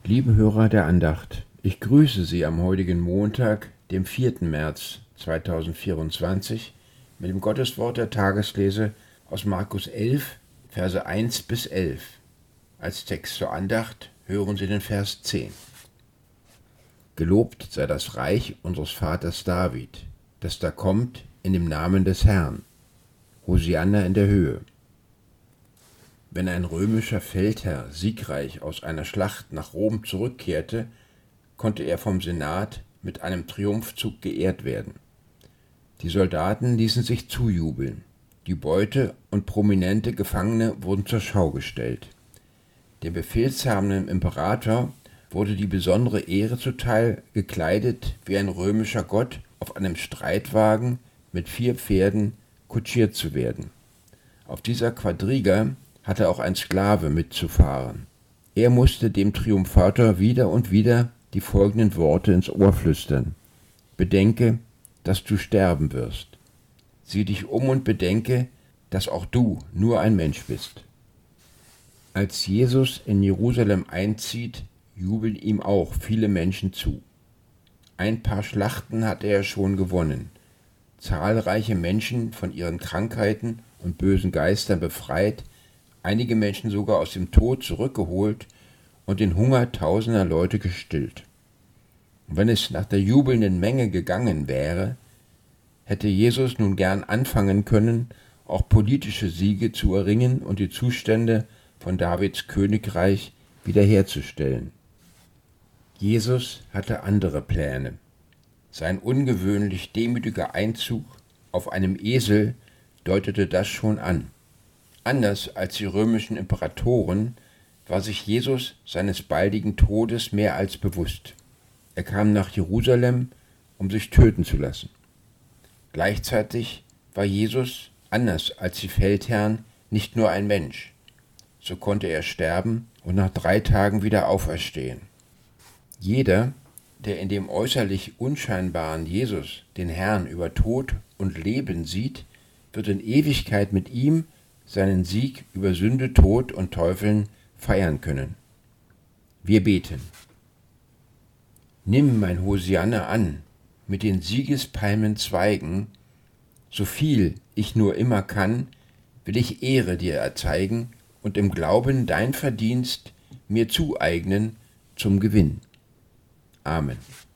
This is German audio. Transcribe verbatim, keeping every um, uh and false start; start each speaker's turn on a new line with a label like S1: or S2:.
S1: Liebe Hörer der Andacht, ich grüße Sie am heutigen Montag, dem vierten März zweitausendvierundzwanzig, mit dem Gotteswort der Tageslese aus Markus elf, Verse eins bis elf. Als Text zur Andacht hören Sie den Vers zehn. Gelobt sei das Reich unseres Vaters David, das da kommt in dem Namen des Herrn. Hosianna in der Höhe. Wenn ein römischer Feldherr siegreich aus einer Schlacht nach Rom zurückkehrte, konnte er vom Senat mit einem Triumphzug geehrt werden. Die Soldaten ließen sich zujubeln. Die Beute und prominente Gefangene wurden zur Schau gestellt. Dem befehlshabenden Imperator wurde die besondere Ehre zuteil, gekleidet wie ein römischer Gott auf einem Streitwagen mit vier Pferden kutschiert zu werden. Auf dieser Quadriga hatte auch ein Sklave mitzufahren. Er musste dem Triumphator wieder und wieder die folgenden Worte ins Ohr flüstern: Bedenke, dass du sterben wirst. Sieh dich um und bedenke, dass auch du nur ein Mensch bist. Als Jesus in Jerusalem einzieht, jubeln ihm auch viele Menschen zu. Ein paar Schlachten hatte er schon gewonnen, zahlreiche Menschen von ihren Krankheiten und bösen Geistern befreit, einige Menschen sogar aus dem Tod zurückgeholt und den Hunger tausender Leute gestillt. Und wenn es nach der jubelnden Menge gegangen wäre, hätte Jesus nun gern anfangen können, auch politische Siege zu erringen und die Zustände von Davids Königreich wiederherzustellen. Jesus hatte andere Pläne. Sein ungewöhnlich demütiger Einzug auf einem Esel deutete das schon an. Anders als die römischen Imperatoren war sich Jesus seines baldigen Todes mehr als bewusst. Er kam nach Jerusalem, um sich töten zu lassen. Gleichzeitig war Jesus, anders als die Feldherren, nicht nur ein Mensch. So konnte er sterben und nach drei Tagen wieder auferstehen. Jeder, der in dem äußerlich unscheinbaren Jesus den Herrn über Tod und Leben sieht, wird in Ewigkeit mit ihm seinen Sieg über Sünde, Tod und Teufeln feiern können. Wir beten. Nimm mein Hosianna an, mit den Siegespalmenzweigen, so viel ich nur immer kann, will ich Ehre dir erzeigen und im Glauben dein Verdienst mir zueignen zum Gewinn. Amen.